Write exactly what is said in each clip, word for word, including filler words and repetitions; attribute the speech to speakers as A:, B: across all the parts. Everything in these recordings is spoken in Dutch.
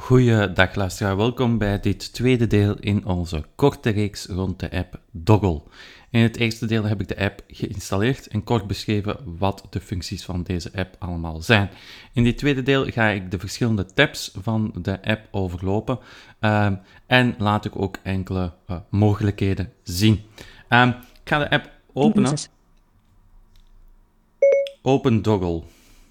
A: Goeiedag luisteraar, welkom bij dit tweede deel in onze korte reeks rond de app Doggle. In het eerste deel heb ik de app geïnstalleerd en kort beschreven wat de functies van deze app allemaal zijn. In dit tweede deel ga ik de verschillende tabs van de app overlopen um, en laat ik ook enkele uh, mogelijkheden zien. Um, ik ga de app openen. Open Doggle.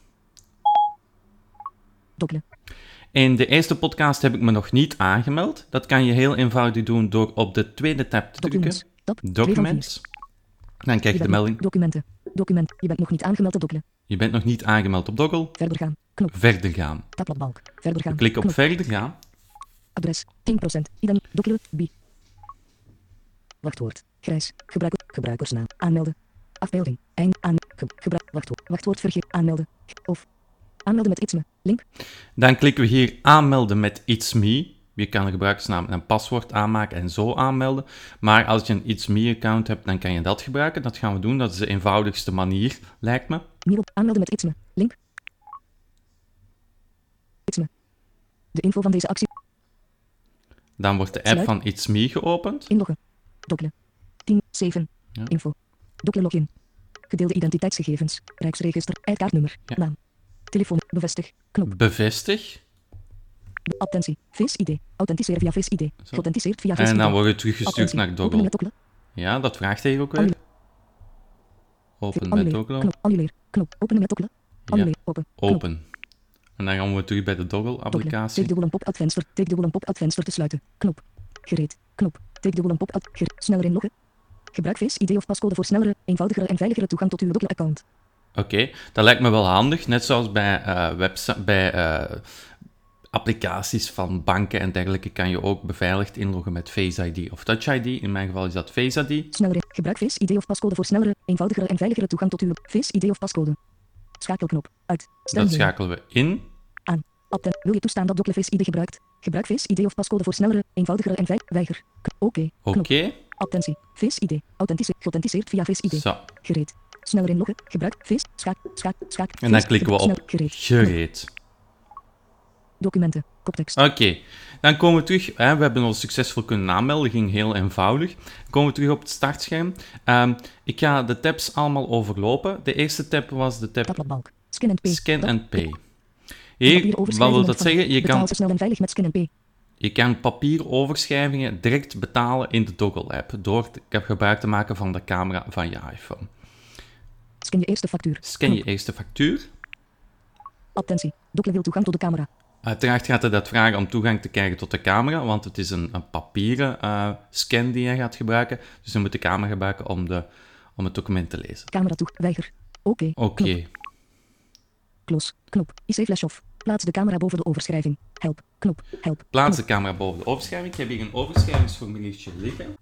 B: Doggle.
A: In de eerste podcast heb ik me nog niet aangemeld. Dat kan je heel eenvoudig doen door op de tweede tab te drukken.
B: Documents.
A: Documents. Dan krijg je de melding.
B: Documenten. Document. Je bent nog niet aangemeld op Doggle.
A: Je bent nog niet aangemeld op Doggle.
B: Verder gaan. Knop.
A: Verder gaan.
B: Tabbladbalk. Verder gaan.
A: Klik op
B: Knop.
A: verder gaan.
B: Adres. tien procent. Idem. Doggle. B. Wachtwoord. Grijs. Gebruiker. Gebruikersnaam. Aanmelden. Afbeelding. Eind. Aan. Ge, gebruik. Wachtwoord. Wachtwoord vergeet. Aanmelden. Of. Aanmelden met iets me. Link.
A: Dan klikken we hier aanmelden met It's Me. Je kan een gebruikersnaam en een paswoord aanmaken en zo aanmelden. Maar als je een It's Me-account hebt, dan kan je dat gebruiken. Dat gaan we doen. Dat is de eenvoudigste manier, lijkt me.
B: Nieuw. Aanmelden met iets me. Link. Iets me. De info van deze actie.
A: Dan wordt de app
B: Sluit.
A: van It's Me geopend.
B: Inloggen. Doggle. tien zeven.
A: Ja.
B: Info. Doggle login. Gedeelde identiteitsgegevens. Rijksregister. I D-kaartnummer.
A: Ja.
B: Naam. Telefoon. Bevestig. Knop.
A: Bevestig.
B: Attentie. Face I D. Authenticeren via Face I D.
A: Zo.
B: Geauthenticeerd via Face
A: En
B: I D.
A: dan word je teruggestuurd
B: Attentie.
A: naar
B: Openen
A: Doggle.
B: met Doggle.
A: Ja, dat vraagt hij ook weer.
B: Annuleer.
A: Open met
B: Annuleer.
A: Doggle.
B: Knop. Annuleer. Knop. Openen met Doggle.
A: Ja,
B: Annuleer. Open. Knop.
A: open. En dan gaan we terug bij de
B: Doggle.
A: Doggle-applicatie.
B: Take dubbel een pop-out venster. Take dubbel een pop-out venster te sluiten. Knop. Gereed. Knop. Take dubbel een pop-out. Gereed. Sneller inloggen. Gebruik Face I D of pascode voor snellere, eenvoudigere en veiligere toegang tot uw Doggle-account.
A: Oké, dat lijkt me wel handig. Net zoals bij, eh websi- bij eh, applicaties van banken en dergelijke kan je ook beveiligd inloggen met Face I D of Touch I D. In mijn geval is dat Face I D.
B: Sneller in. Gebruik Face I D of pascode voor snellere, eenvoudigere en veiligere toegang tot uw Face I D of pascode. Schakelknop. Uit. Stem
A: Dat
B: heen.
A: schakelen we in.
B: Aan. Atten. Wil je toestaan dat Doggle Face I D gebruikt? Gebruik Face I D of pascode voor snellere, eenvoudigere en veilig. Weiger. K- Oké.
A: Oké,
B: Knop. Attentie. Face I D. Authentice- Geauthenticeerd via Face I D.
A: zo.
B: Gereed. Sneller inloggen. Gebruik Face. Schaak. Schaak. Schaak.
A: En dan
B: Face.
A: klikken we
B: Snel.
A: op
B: Gereed. Knop.
A: gereed.
B: Documenten. Koptekst.
A: Oké, dan komen we terug. Hè, we hebben ons succesvol kunnen aanmelden, ging heel eenvoudig. Dan komen we terug op het startscherm. Ehm, ik ga de tabs allemaal overlopen. De eerste tab was de tab
B: Tabbladbalk. Scan and Pay.
A: Scan
B: Dat-
A: and Pay.
B: Papier
A: Hier, wat
B: overschrijvingen
A: wil dat
B: ontvangen.
A: zeggen? Je
B: Betaal
A: kan,
B: zo snel en veilig met Scan and Pay.
A: je kan papieroverschrijvingen direct betalen in de Doggle-app door te- gebruik te maken van de camera van je iPhone.
B: Scan je eerste factuur.
A: Scan je eerste factuur.
B: Attentie. Doggle wil toegang tot de camera.
A: Uiteraard gaat hij dat vragen om toegang te krijgen tot de camera, want het is een, een papieren eh, scan die hij gaat gebruiken. Dus hij moet de camera gebruiken om, de, om het document te lezen.
B: Camera toe. Weiger. Oké.
A: Oké,
B: Knop. Close. Knop. I C flash off. Plaats de camera boven de overschrijving. Help. Knop. Help.
A: plaats de camera boven de overschrijving. Ik heb hier een overschrijvingsformuliertje liggen.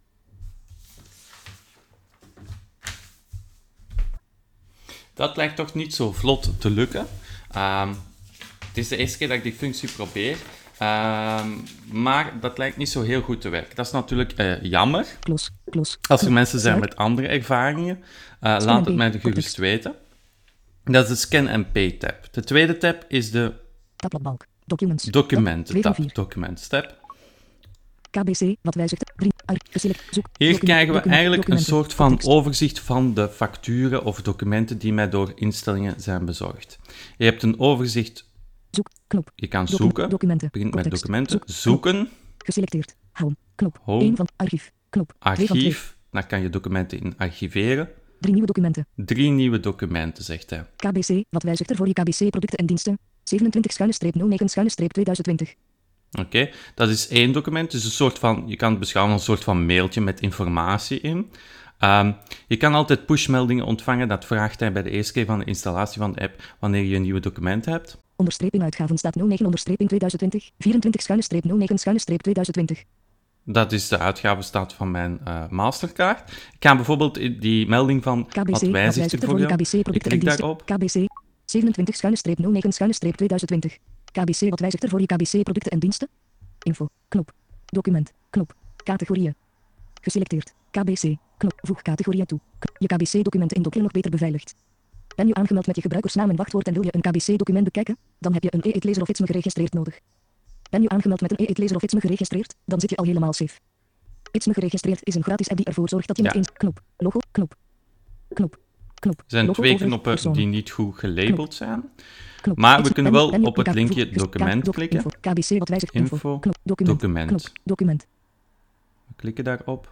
A: Dat lijkt toch niet zo vlot te lukken. Ehm, het is de eerste keer dat ik die functie probeer. Ehm, maar dat lijkt niet zo heel goed te werken. Dat is natuurlijk eh, jammer.
B: Close. Close.
A: Als er
B: Knop.
A: mensen zijn
B: Sluit.
A: met andere ervaringen, uh,
B: and
A: laat het
B: Pay.
A: mij gerust
B: Context.
A: weten. Dat is de Scan and Pay tab. De tweede tab is de
B: Tabbladbalk. Documents.
A: Documenten
B: twee van
A: tab.
B: vier.
A: Documents tab.
B: K B C. Wat wijzigt. drie. Geselect. Zoek.
A: Hier
B: Document-
A: krijgen we
B: document-
A: eigenlijk een
B: documenten.
A: soort van
B: Context.
A: overzicht van de facturen of documenten die mij door instellingen zijn bezorgd. Je hebt een overzicht,
B: Zoek. Knop.
A: je kan
B: Docu-
A: zoeken.
B: Documenten.
A: Begint met
B: Context.
A: documenten.
B: Zoek. Knop.
A: Zoeken,
B: Geselecteerd. Home. Knop.
A: Home.
B: één van archief. Knop. twee van twee.
A: archief. Daar kan je documenten in archiveren.
B: drie nieuwe documenten.
A: Drie nieuwe documenten, zegt hij.
B: K B C. Wat wijzigt er voor je K B C producten en diensten? zevenentwintig nul negen tweeduizend twintig.
A: Oké, dat is één document. Dus een soort van, je kan het beschouwen als een soort van mailtje met informatie in. Ehm, je kan altijd pushmeldingen ontvangen. Dat vraagt hij bij de eerste keer van de installatie van de app wanneer je een nieuwe document hebt.
B: Onderstreping uitgaven staat nul negen onderstreping tweeduizend twintig. vierentwintig nul negen tweeduizend twintig.
A: Dat is de uitgavenstaat van mijn eh, Mastercard. Ik ga bijvoorbeeld in die melding van
B: K B C.
A: wat
B: Wat
A: wijzigt
B: wijzigt
A: er
B: er
A: voor
B: voor je
A: jou.
B: K B C
A: Ik
B: producten en
A: klik
B: diensten?
A: daarop.
B: K B C. zevenentwintig nul negen tweeduizend twintig. K B C. Wat wijzigt er voor je K B C producten en diensten? Info. Knop. Document. Knop. Categorieën. Geselecteerd. K B C. Knop. Voeg categorieën toe. K- Je K B C-document in Doggle nog beter beveiligd. Ben je aangemeld met je gebruikersnaam en wachtwoord en wil je een K B C-document bekijken? Dan heb je een e-lezer of iets me geregistreerd nodig. Ben je aangemeld met een e-eetlezer of ITSME geregistreerd? Dan zit je al helemaal safe. ITSME geregistreerd is een gratis app die ervoor zorgt dat je
A: Ja.
B: met eens knop, logo, knop, knop, knop.
A: Er zijn
B: logo
A: twee
B: over,
A: knoppen
B: persoon,
A: die niet goed gelabeld zijn.
B: knop.
A: Maar we
B: ITSME,
A: kunnen
B: ben-
A: wel
B: ben je-
A: op het
B: K-
A: linkje
B: voeg- ges-
A: document
B: doc-
A: klikken.
B: info, K B C wat wijzigt info,
A: Info,
B: knop, document,
A: document.
B: knop, document.
A: We klikken daarop.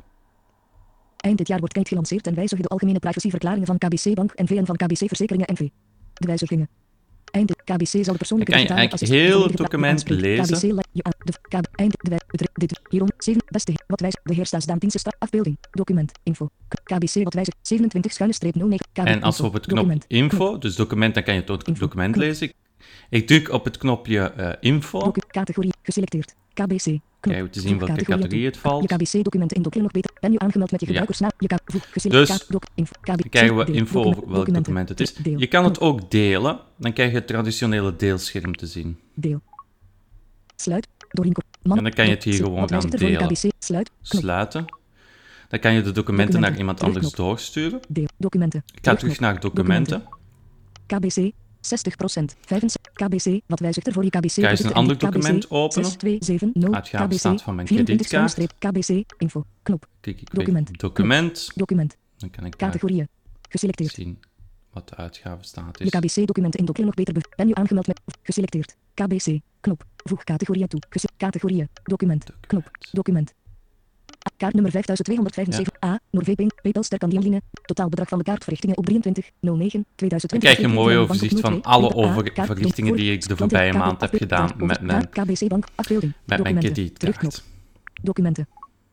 B: Eind dit jaar wordt Kite gelanceerd en wijzigen de algemene privacyverklaringen van K B C Bank N V en van K B C Verzekeringen N V. De wijzigingen. Eind K B C zal de persoonlijke
A: Dan kan je
B: digitale
A: eigenlijk
B: assistent
A: heel
B: volledige
A: het
B: taal
A: document
B: aanspreekt.
A: lezen.
B: K B C la- je aan de K B eind de wij bedrijf dit hierom zeven beste he- wat wijzigt beheerstaatsnaam diensten afbeelding document info K B C wat wijzigt zevenentwintig schuine streep nul negen K B
A: En als we
B: info,
A: op het knop
B: document,
A: info, dus document, dan kan je het ook
B: Info,
A: document
B: knop.
A: lezen. Ik druk op het knopje eh, info.
B: docu- categorie geselecteerd K B C knop,
A: Krijg je te zien
B: voeg
A: welke
B: categorieën
A: categorie het
B: toe.
A: valt.
B: Je K B C-documenten in Docler nog beter. Ben je aangemeld met je
A: Ja.
B: gebruikersnaam? Je K voeg geselecteerd
A: Dus
B: doc, info, K B C,
A: Dan krijgen we
B: deel,
A: info
B: document,
A: over welk
B: documenten,
A: document het is.
B: deel,
A: Je kan het
B: knop,
A: ook delen. Dan krijg je het traditionele deelscherm te zien.
B: deel. Sluit. Doreen Kop. Man.
A: En dan kan je het hier
B: Zip.
A: gewoon
B: Wat
A: gaan
B: wijzigt er voor je
A: delen.
B: K B C? Sluit. Knop.
A: Sluiten. Dan kan je de documenten naar
B: Documenten.
A: iemand anders
B: Terugknop.
A: doorsturen.
B: Deel. Documenten.
A: Ik ga terug
B: Terugknop.
A: naar documenten.
B: K B C. zestig procent. vijfenzestig. K B C. Wat wijzigt er voor je K B C?
A: Ga eens een ander document openen.
B: zes twee zeven nul.
A: Uitgavenstaat van mijn
B: vierentwintig
A: kredietkaart.
B: K B C. Info. Knop.
A: Klik ik weer
B: Document.
A: op document.
B: Document.
A: Dan kan ik daar
B: Categorieën. Geselecteerd.
A: zien wat de uitgavenstaat
B: Je
A: is.
B: K B C-documenten in Docler nog beter. bev- Ben je aangemeld met geselecteerd? K B C. Knop. Voeg categorieën toe. Gese categorieën. Document. Knop. Document. A- Kaart nummer vijfduizend tweehonderdvijfenzeventig. A. Noorveping. PayPal Sterkandierline. Totaalbedrag van de kaartverrichtingen op drieëntwintig negen tweeduizend
A: Dan
B: twintig.
A: krijg je een mooi
B: Bank op
A: overzicht van
B: nul twee.
A: alle
B: Punt A.
A: over-
B: Kaart-
A: verrichtingen die ik de
B: Klanten-
A: voorbije
B: K B
A: maand heb
B: afbeeld-
A: gedaan
B: over-
A: met mijn-
B: K B C Bank. Afbeelding.
A: Met mijn
B: Documenten.
A: kredietkaart.
B: Terugknop. Documenten.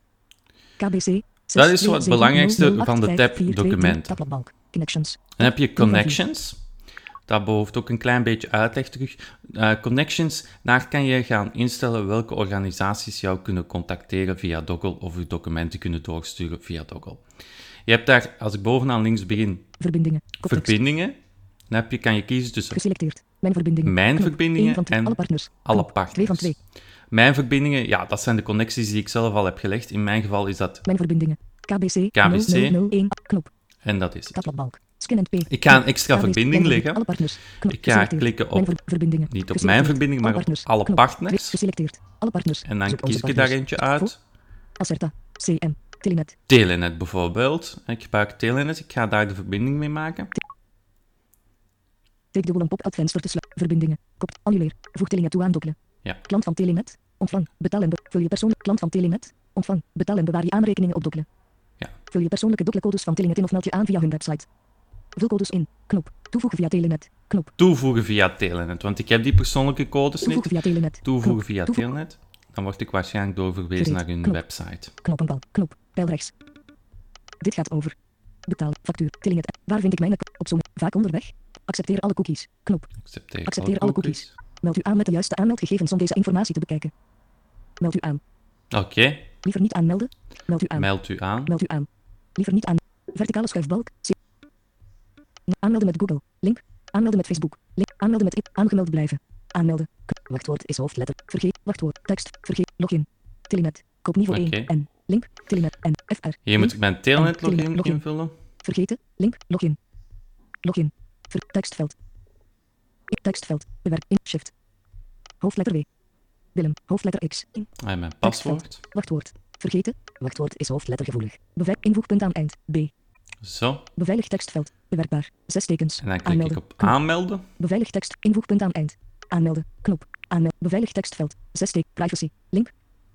B: K B C.
A: Dat is zo het belangrijkste van de tab documenten.
B: Tabbladbalk. Connections.
A: Dan heb je connections. Dat behoeft ook een klein beetje uitleg terug. Uh, connections, daar kan je gaan instellen welke organisaties jou kunnen contacteren via Doggle of je documenten kunnen doorsturen via Doggle. Je hebt daar, als ik bovenaan links begin,
B: Verbindingen. Koptekst.
A: verbindingen. Dan heb je, kan je kiezen tussen
B: Geselecteerd. Mijn verbindingen.
A: mijn
B: Knop.
A: verbindingen
B: één van twee.
A: en
B: alle partners.
A: alle
B: Knop.
A: partners.
B: twee van twee.
A: Mijn verbindingen, ja, dat zijn de connecties die ik zelf al heb gelegd. In mijn geval is dat,
B: Mijn verbindingen. K B C.
A: K B C.
B: nul nul nul één. Knop.
A: en dat is het.
B: Tabbladbalk. Scan en P.
A: Ik ga een extra
B: K B C.
A: verbinding
B: Mijn
A: leggen.
B: Alle partners. Knop.
A: Ik ga
B: Geselecteerd.
A: klikken op-
B: Mijn ver- verbindingen.
A: niet op mijn
B: Geselecteerd.
A: verbinding, maar
B: Alle
A: op
B: partners.
A: alle
B: Knop.
A: partners.
B: Twee- Geselecteerd. Alle partners.
A: En dan
B: Zoek
A: kies
B: onze
A: ik er daar
B: partners.
A: eentje uit.
B: Acerta. C M. Telenet.
A: Telenet bijvoorbeeld. Ik gebruik Telenet. Ik ga daar de verbinding mee maken.
B: Tik dubbel een pop-out venster te sluiten. Verbindingen. Kop. Annuleer. Voeg Telenet toe aan Dokle.
A: Ja.
B: Klant van Telenet. Ontvang. Betaal en be- vul je persoonlijk. Klant van Telenet. Ontvang. Betaal en bewaar je aanrekeningen op Dokle.
A: Ja.
B: Vul je persoonlijke Dokle-codes van Telenet in of meld je aan via hun website. Vul codes in. Knop. Toevoegen via Telenet. Knop.
A: Toevoegen via Telenet, want ik heb die persoonlijke codes
B: Toevoegen
A: niet.
B: via Telenet.
A: Toevoegen
B: Knop.
A: via
B: Toevoegen.
A: Telenet. Dan word ik waarschijnlijk doorverwezen
B: Gereed.
A: naar hun
B: Knop.
A: website.
B: Knoppenbal. Knop. Pijl rechts. Dit gaat over. Betaal. Factuur. Telenet. Waar vind ik mijn ac- op zo'n vaak onderweg? Accepteer alle cookies. Knop.
A: Accepteer,
B: Accepteer alle cookies. Meld u aan met de juiste aanmeldgegevens om deze informatie te bekijken. Meld u aan.
A: Oké,
B: Liever niet aanmelden. Meld u aan.
A: meld u aan.
B: Meld u aan. Liever niet aan. Verticale schuifbalk. C. Aanmelden met Google. Link. Aanmelden met Facebook. Link. Aanmelden met I. Aangemeld blijven. Aanmelden. K- Wachtwoord is hoofdletter. Vergeet. Wachtwoord. Tekst. Vergeet. Login. Telenet. Koopniveau
A: Oké.
B: één. En. Link. Telenet. En. F R.
A: Hier
B: Link.
A: moet ik mijn Telenet
B: En Telenet
A: login
B: login.
A: invullen.
B: Vergeten. Link. Login. Login. Ver tekstveld. I- Tekstveld. Bewerk. In. Shift. Hoofdletter W. Willem. Hoofdletter X. In.
A: En mijn paswoord.
B: Wachtwoord. Vergeten. Wachtwoord is hoofdlettergevoelig. Beveilig. Invoegpunt aan eind. B.
A: Zo.
B: Beveiligd tekstveld. Bewerkbaar. Zes tekens.
A: En dan klik
B: Aanmelden.
A: ik op
B: Knop.
A: aanmelden.
B: Beveiligd tekst. Invoegpunt aan eind. Aanmelden. Knop. Aanmelden. Beveiligd tekstveld. Zes teken. Privacy. Link.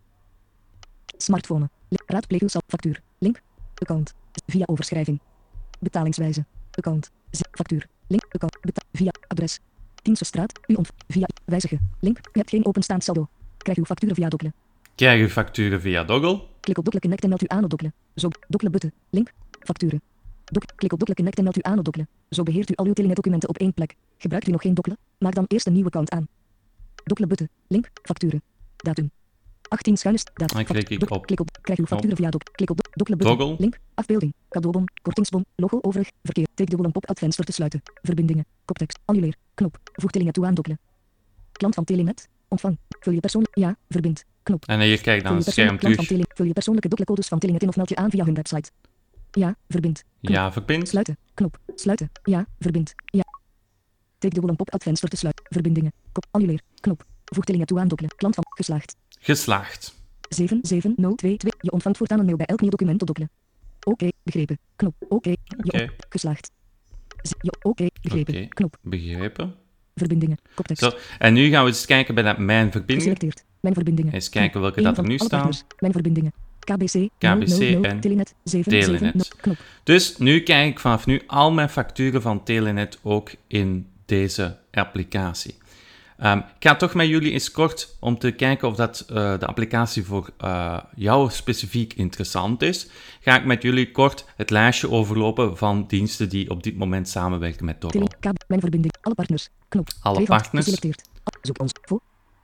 B: Smartphone. Link. Raadpleeg uw sal- factuur. Link. Account. Via overschrijving. Betalingswijze. Account. Z- Factuur. Link. Account. Beta- via adres. Dienstenstraat. U ont. Via. Wijzigen. Link. U hebt geen openstaand saldo. Krijg uw factuur via Dokle.
A: Krijg je facturen via Doggle.
B: Klik op Dokle Connect en meld u aan op Dokle. Zo. Dokle button. Link. Facturen. Dok klik op Dokle Connect en meld u aan op Dokle. Zo beheert u al uw Telenet-documenten op één plek. Gebruikt u nog geen Dokle? Maak dan eerst een nieuw account aan. Dokle button. Link. Facturen. Datum. achttien schuine st- datum.
A: Dan klik
B: Fact-
A: ik
B: Dok-
A: op
B: Klik op. Krijg uw facturen via Dokle. Klik op Dok- Dokle button.
A: Doggle.
B: Link. Afbeelding. Cadeaubon. Kortingsbon. Logo overig. Verkeer. Teekdubbel een pop-out venster te sluiten. Verbindingen. Koptekst. Annuleer. Knop. Voeg Telenet toe aan Dokle. Klant van Telenet. Ontvang. Vul je persoon. Ja. Verbind. Knop.
A: En hier krijg je dan
B: Vul
A: een
B: je,
A: scherm
B: persoonlijke klant van
A: terug.
B: tele- vul je persoonlijke Dokle-codes van Telenet in of meld je aan via hun website. Ja. Verbind. Knop.
A: Ja, verbind.
B: Sluiten. Knop. Sluiten. Ja. Verbind. Ja. Tik dubbel een pop-out venster te sluiten. Verbindingen. Kop. Annuleer. Knop. Voeg Telenet toe aan dokkelen. Klant van. Geslaagd.
A: Geslaagd.
B: zeven zeven nul twee twee. Je ontvangt voortaan een mail bij elk nieuw document tot dokkelen. Oké, begrepen. Knop. Oké. Je
A: Oké.
B: op- Geslaagd. Z- je- Oké, begrepen.
A: Oké.
B: Knop.
A: Begrepen.
B: Verbindingen. Koptekst.
A: Zo, en nu gaan we eens kijken bij dat mijn verbinding.
B: Geselecteerd. Mijn verbindingen.
A: Eens kijken welke
B: Eén
A: dat er
B: van
A: nu
B: alle
A: staan.
B: partners. Mijn verbindingen. K B C.
A: K B C
B: nul nul nul.
A: en
B: Telenet. zeven zeven nul.
A: Telenet.
B: Knop.
A: Dus nu krijg ik vanaf nu al mijn facturen van Telenet ook in deze applicatie. Um, ik ga toch met jullie eens kort om te kijken of dat, uh, de applicatie voor uh, jou specifiek interessant is. Ga ik met jullie kort het lijstje overlopen van diensten die op dit moment samenwerken met Doggle.
B: Tele. K. Mijn verbinding. Alle partners. Knop.
A: Alle
B: Twee van.
A: partners.
B: Geselecteerd. Zoek ons. Vo.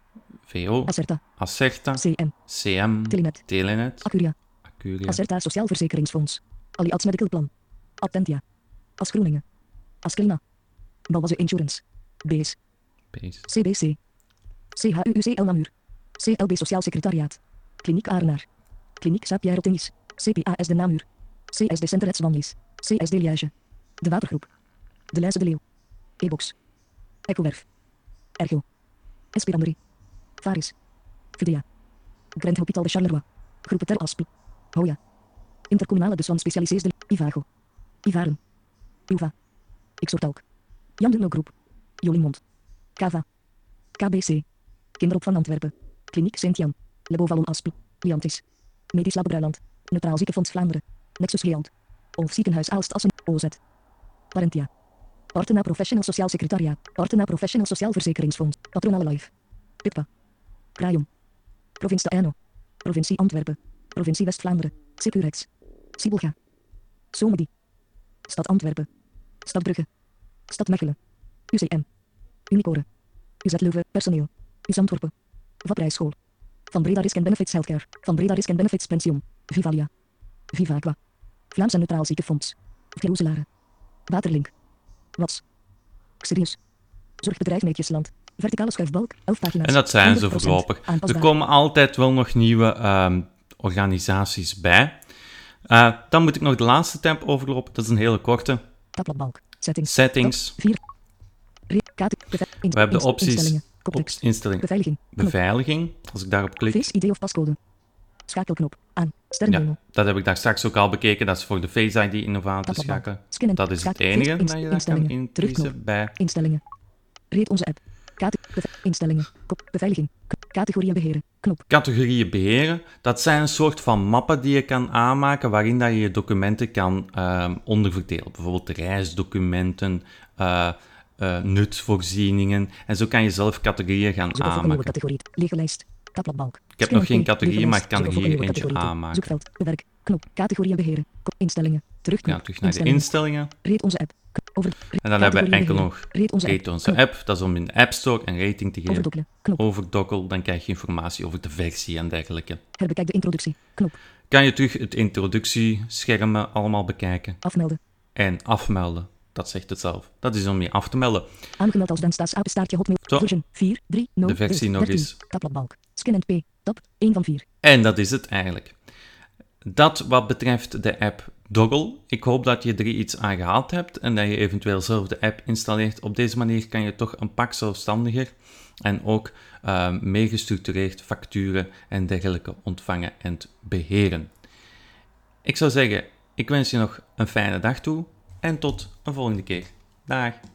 A: V O,
B: Acerta.
A: Acerta,
B: C M.
A: C M,
B: Telenet.
A: Telenet,
B: Acuria.
A: Acuria,
B: Acerta Sociaal Verzekeringsfonds. Allianz Medical Plan. Attentia. As Groeningen. Asklina. Balbaze Insurance. B S.
A: Base,
B: C B C. C H U U C L Namur. C L B Sociaal Secretariaat. Kliniek Arenaar. Kliniek Saint-Pierre Tennis. C P A S de Namur. C S D Centeret Zwanlis. C S D Liège. De Watergroep. De Lijze de Leeuw. E-box. Ecowerf. Ergo. Espiranderie. Faris. Videa. Grand Hopital de Charleroi. Groepen Ter Aspel. Hoya. Intercommunale de Swan Specialisés de Ivago. Ivaren. Uva. Xortalk. Jan de Nul Groep. Jolimond. Cava. K B C. Kinderopvang van Antwerpen. Kliniek Sint-Jan. Le Beauvallon Aspel. Liantis. Medisch Labo Bruiland. Neutraal Ziekenfonds Vlaanderen. Nexus Leant. Of Ziekenhuis Aalst Assen. O Z. Parentia. Partena Professional Sociaal Secretariaat. Partena Professional Sociaal Verzekeringsfonds. Patronale Life. Pippa. Krajom. Provincie Eino. Provincie Antwerpen. Provincie West-Vlaanderen. Securex. Sibelga. Somedi. Stad Antwerpen. Stad Brugge. Stad Mechelen. U C M. Unicore. U Z Leuven. Personeel. U Z Antwerpen. Vaprijsschool. Van Breda Risk and Benefits Healthcare. Van Breda Risk and Benefits Pensioen. Vivalia. Vivaqua. Vlaams en Neutraal Ziekenfonds. Vloezelaren. Waterlink. Wats. Xerius. Zorgbedrijf Meetjesland. Verticale schuifbalk. elf pagina's.
A: En dat zijn ze
B: honderd procent
A: voorlopig. Er
B: aanpasbaar.
A: komen altijd wel nog nieuwe um, organisaties bij. Uh, dan moet ik nog de laatste tab overlopen. Dat is een hele korte.
B: Tabbladbalk. Settings.
A: Settings.
B: vier. We
A: We hebben de opties
B: Instellingen.
A: op
B: Koptekst.
A: instelling
B: Beveiliging. Knop.
A: beveiliging. Als ik daarop klik,
B: Face I D of pascode. Schakelknop. Aan.
A: ja,
B: Sterrenhemel.
A: dat heb ik daar straks ook al bekeken. Dat is voor de Face I D in of aan te
B: Tabbladbalk.
A: schakelen.
B: Scannen.
A: Dat is het
B: Schakel-
A: enige
B: Inst-
A: dat je daar kan
B: instellingen.
A: inkiezen
B: Terugknop.
A: bij.
B: Instellingen. Reed onze app. Kate- beve- instellingen. Kop. Beveiliging. K- Categorieën beheren. Knop.
A: Categorieën beheren, dat zijn een soort van mappen die je kan aanmaken waarin dat je je documenten kan um, onderverdelen. Bijvoorbeeld reisdocumenten, uh, uh, nutsvoorzieningen. En zo kan je zelf categorieën gaan
B: Zoek op voor een nieuwe
A: aanmaken.
B: categorie. Lege lijst. Tabbladbalk.
A: Ik heb
B: Scannen
A: nog geen
B: P.
A: categorie,
B: Lege
A: maar ik
B: lijst.
A: kan
B: Zoek op
A: hier
B: voor een nieuwe
A: eentje
B: categorie toe.
A: aanmaken.
B: Zoekveld. Bewerk. Knop. Categorieën beheren. Kop. Instellingen. Terugknop.
A: Ja, terug naar de
B: Instellingen.
A: instellingen.
B: Reed onze app. K- Over.
A: En dan hebben we
B: categorieën
A: enkel
B: beheren.
A: nog
B: Reed onze app.
A: Rate onze
B: Knop.
A: app. Dat is om in de App Store een rating te geven.
B: Overdokkelen. Knop.
A: Over Doggle, dan krijg je informatie over de versie en dergelijke.
B: Herbekijk de introductie. Knop.
A: Kan je terug het introductieschermen allemaal bekijken
B: Afmelden.
A: en afmelden. Dat zegt het zelf. Dat is om je af te melden.
B: Aangemeld als Dankstaas apenstaartje hotmail.
A: Zo.
B: Version vier drie nul.
A: De versie nog eens.
B: Tabbladbalk. Scan en P. Tab. één van vier.
A: En dat is het eigenlijk. Dat wat betreft de app Doggle. Ik hoop dat je er iets aan gehad hebt en dat je eventueel zelf de app installeert. Op deze manier kan je toch een pak zelfstandiger en ook uh, meer gestructureerd facturen en dergelijke ontvangen en beheren. Ik zou zeggen, ik wens je nog een fijne dag toe en tot een volgende keer. Dag!